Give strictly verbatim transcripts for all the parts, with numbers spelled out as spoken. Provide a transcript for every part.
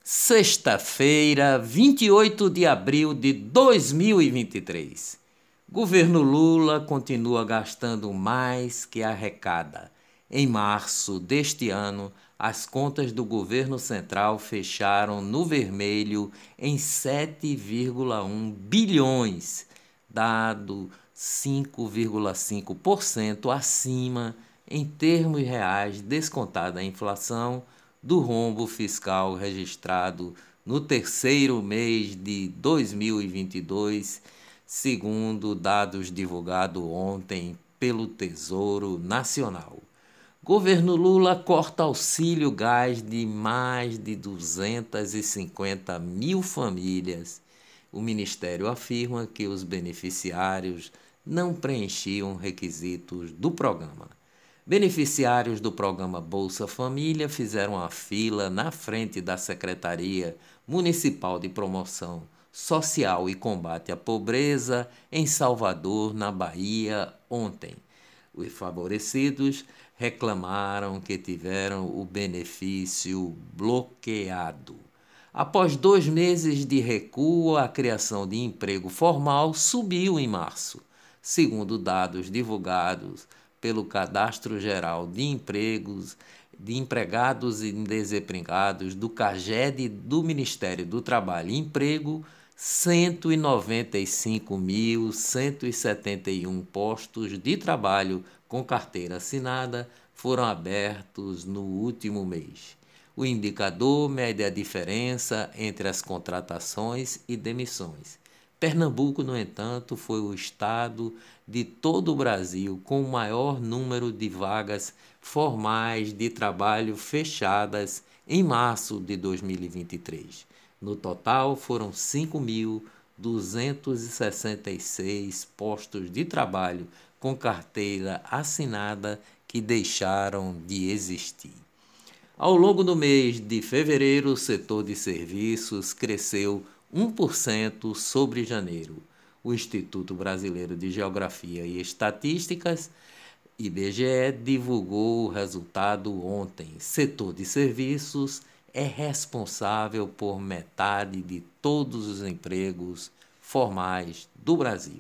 Sexta-feira, vinte e oito de abril de dois mil e vinte e três. Governo Lula continua gastando mais que arrecada. Em março deste ano, as contas do governo central fecharam no vermelho em sete vírgula um bilhões, dado cinco vírgula cinco por cento acima em termos reais, descontada a inflação, do rombo fiscal registrado no terceiro mês de dois mil e vinte e dois, segundo dados divulgados ontem pelo Tesouro Nacional. Governo Lula corta auxílio gás de mais de duzentas e cinquenta mil famílias. O Ministério afirma que os beneficiários não preenchiam requisitos do programa. Beneficiários do programa Bolsa Família fizeram a fila na frente da Secretaria Municipal de Promoção Social e Combate à Pobreza em Salvador, na Bahia, ontem. Os favorecidos reclamaram que tiveram o benefício bloqueado. Após dois meses de recuo, a criação de emprego formal subiu em março, segundo dados divulgados pelo Cadastro Geral de Empregos, de Empregados e Desempregados do CAGED do Ministério do Trabalho e Emprego. cento e noventa e cinco mil cento e setenta e um postos de trabalho com carteira assinada foram abertos no último mês. O indicador mede a diferença entre as contratações e demissões. Pernambuco, no entanto, foi o estado de todo o Brasil com o maior número de vagas formais de trabalho fechadas em março de dois mil e vinte e três. No total, foram cinco mil duzentos e sessenta e seis postos de trabalho com carteira assinada que deixaram de existir. Ao longo do mês de fevereiro, o setor de serviços cresceu um por cento sobre janeiro. O Instituto Brasileiro de Geografia e Estatísticas, I B G E, divulgou o resultado ontem. Setor de serviços é responsável por metade de todos os empregos formais do Brasil.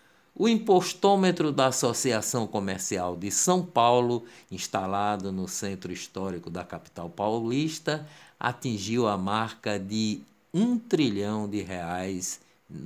O impostômetro da Associação Comercial de São Paulo, instalado no centro histórico da capital paulista, atingiu a marca de um trilhão de reais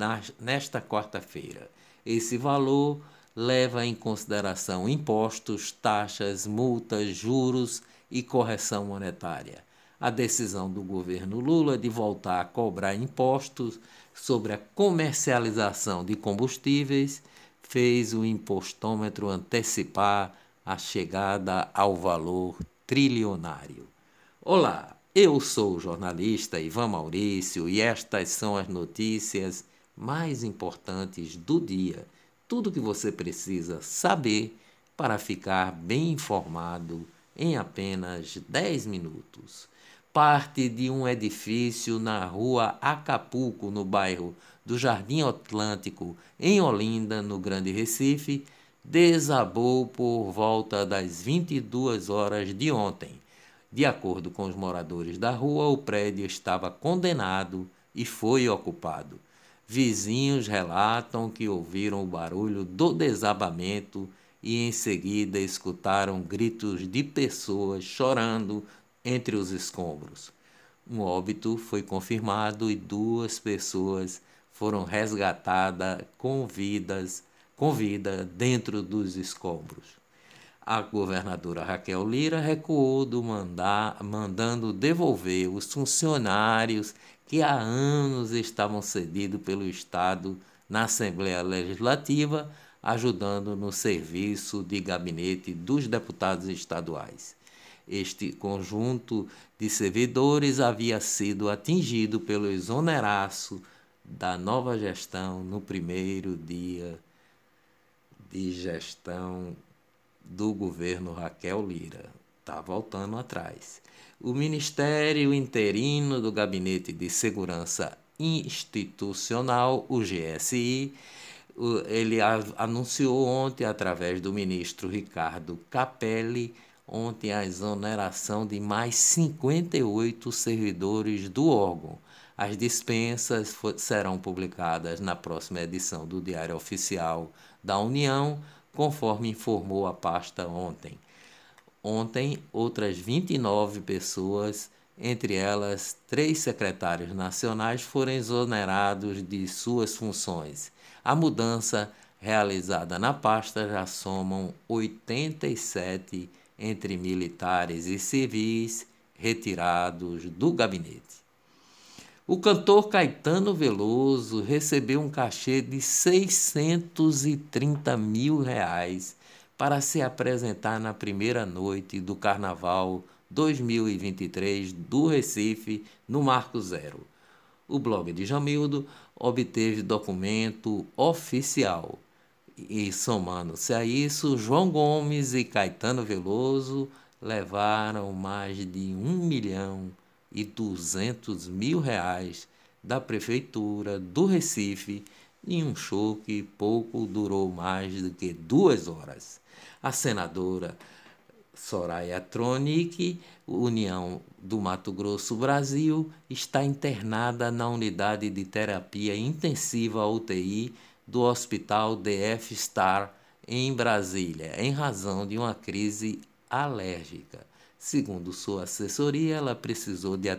nesta quarta-feira. Esse valor leva em consideração impostos, taxas, multas, juros e correção monetária. A decisão do governo Lula de voltar a cobrar impostos sobre a comercialização de combustíveis fez o impostômetro antecipar a chegada ao valor trilionário. Olá, eu sou o jornalista Ivan Maurício e estas são as notícias mais importantes do dia. Tudo que você precisa saber para ficar bem informado em apenas dez minutos. Parte de um edifício na rua Acapulco, no bairro do Jardim Atlântico, em Olinda, no Grande Recife, desabou por volta das vinte e duas horas de ontem. De acordo com os moradores da rua, o prédio estava condenado e foi ocupado. Vizinhos relatam que ouviram o barulho do desabamento e em seguida escutaram gritos de pessoas chorando entre os escombros. Um óbito foi confirmado e duas pessoas foram resgatadas com vidas, com vida dentro dos escombros. A governadora Raquel Lira recuou do mandar, mandando devolver os funcionários que há anos estavam cedidos pelo Estado na Assembleia Legislativa, ajudando no serviço de gabinete dos deputados estaduais. Este conjunto de servidores havia sido atingido pelo exoneraço da nova gestão no primeiro dia de gestão do governo Raquel Lira. Está voltando atrás. O Ministério Interino do Gabinete de Segurança Institucional, o G S I, ele anunciou ontem, através do ministro Ricardo Capelli, ontem a exoneração de mais cinquenta e oito servidores do órgão. As dispensas serão publicadas na próxima edição do Diário Oficial da União, conforme informou a pasta ontem. Ontem, outras vinte e nove pessoas, entre elas três secretários nacionais, foram exonerados de suas funções. A mudança realizada na pasta já somam oitenta e sete entre militares e civis retirados do gabinete. O cantor Caetano Veloso recebeu um cachê de seiscentos e trinta mil reais para se apresentar na primeira noite do Carnaval dois mil e vinte e três do Recife, no Marco Zero. O blog de Jamildo obteve documento oficial. E, somando-se a isso, João Gomes e Caetano Veloso levaram mais de um milhão e duzentos mil reais da Prefeitura do Recife em um show que pouco durou mais do que duas horas. A senadora Soraya Tronic, União do Mato Grosso, Brasil, está internada na unidade de terapia intensiva U T I do Hospital D F Star, em Brasília, em razão de uma crise alérgica. Segundo sua assessoria, ela precisou de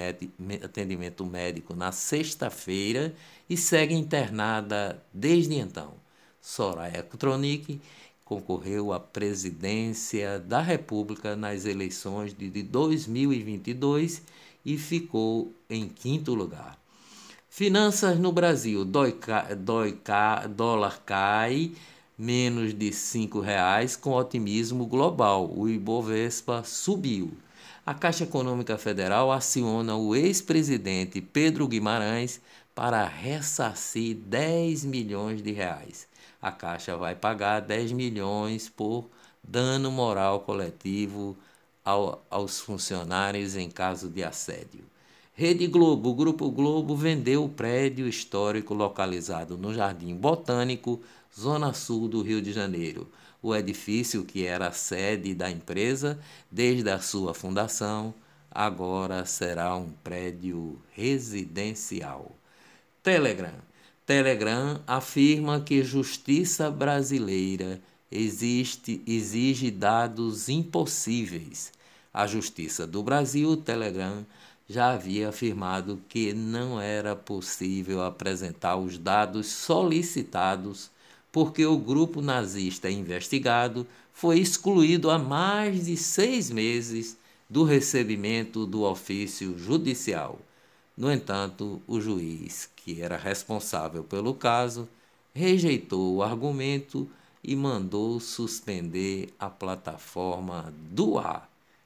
atendimento médico na sexta-feira e segue internada desde então. Soraya Tronic concorreu à presidência da República nas eleições de dois mil e vinte e dois e ficou em quinto lugar. Finanças no Brasil: dói, dói, dólar cai menos de cinco reais com otimismo global. O Ibovespa subiu. A Caixa Econômica Federal aciona o ex-presidente Pedro Guimarães para ressarcir dez milhões de reais. A Caixa vai pagar dez milhões por dano moral coletivo ao, aos funcionários em caso de assédio. Rede Globo: o Grupo Globo vendeu o prédio histórico localizado no Jardim Botânico, zona sul do Rio de Janeiro. O edifício, que era a sede da empresa desde a sua fundação, agora será um prédio residencial. Telegram. Telegram afirma que justiça brasileira existe, exige dados impossíveis. A Justiça do Brasil, Telegram, já havia afirmado que não era possível apresentar os dados solicitados porque o grupo nazista investigado foi excluído há mais de seis meses do recebimento do ofício judicial. No entanto, o juiz, que era responsável pelo caso, rejeitou o argumento e mandou suspender a plataforma do ar.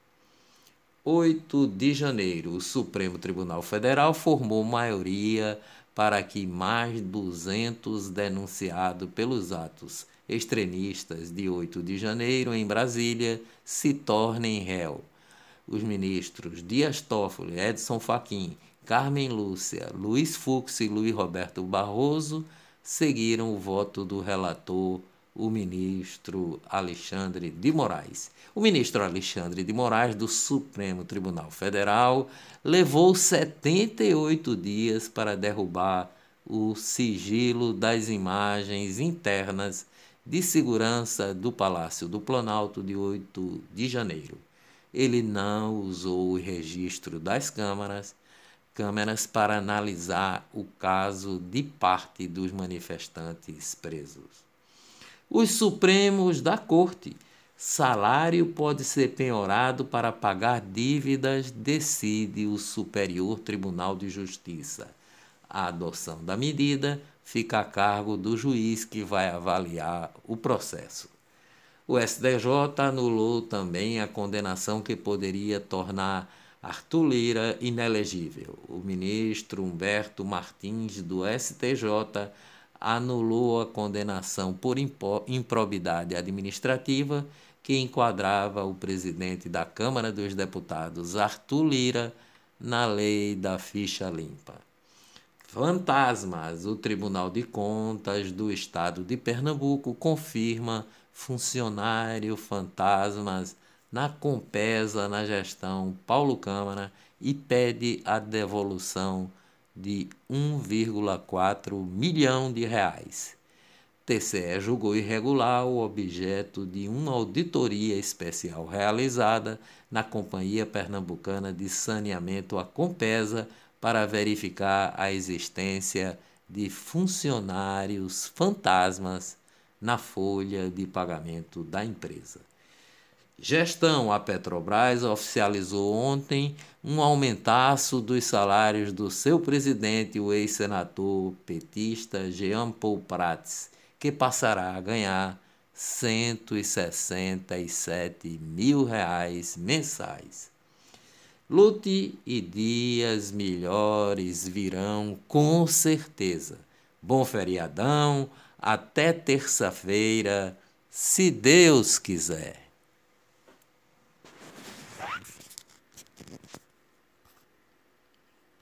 oito de janeiro, o Supremo Tribunal Federal formou maioria para que mais duzentos denunciados pelos atos extremistas de oito de janeiro em Brasília se tornem réu. Os ministros Dias Toffoli, Edson Fachin, Carmen Lúcia, Luiz Fux e Luiz Roberto Barroso seguiram o voto do relator, o ministro Alexandre de Moraes. O ministro Alexandre de Moraes, do Supremo Tribunal Federal, levou setenta e oito dias para derrubar o sigilo das imagens internas de segurança do Palácio do Planalto de oito de janeiro. Ele não usou o registro das câmeras, câmeras para analisar o caso de parte dos manifestantes presos. Os Supremos da Corte: salário pode ser penhorado para pagar dívidas, decide o Superior Tribunal de Justiça. A adoção da medida fica a cargo do juiz que vai avaliar o processo. O S T J anulou também a condenação que poderia tornar Arthur Lira inelegível. O ministro Humberto Martins, do S T J, anulou a condenação por improbidade administrativa que enquadrava o presidente da Câmara dos Deputados, Arthur Lira, na lei da ficha limpa. Fantasmas: o Tribunal de Contas do Estado de Pernambuco confirma funcionário fantasmas na Compesa, na gestão Paulo Câmara, e pede a devolução de um vírgula quatro milhão de reais. T C E julgou irregular o objeto de uma auditoria especial realizada na Companhia Pernambucana de Saneamento, a Compesa, para verificar a existência de funcionários fantasmas na folha de pagamento da empresa. Gestão: a Petrobras oficializou ontem um aumentaço dos salários do seu presidente, o ex-senador petista Jean Paul Prats, que passará a ganhar cento e sessenta e sete mil reais mensais. Lute e dias melhores virão com certeza. Bom feriadão, até terça-feira, se Deus quiser.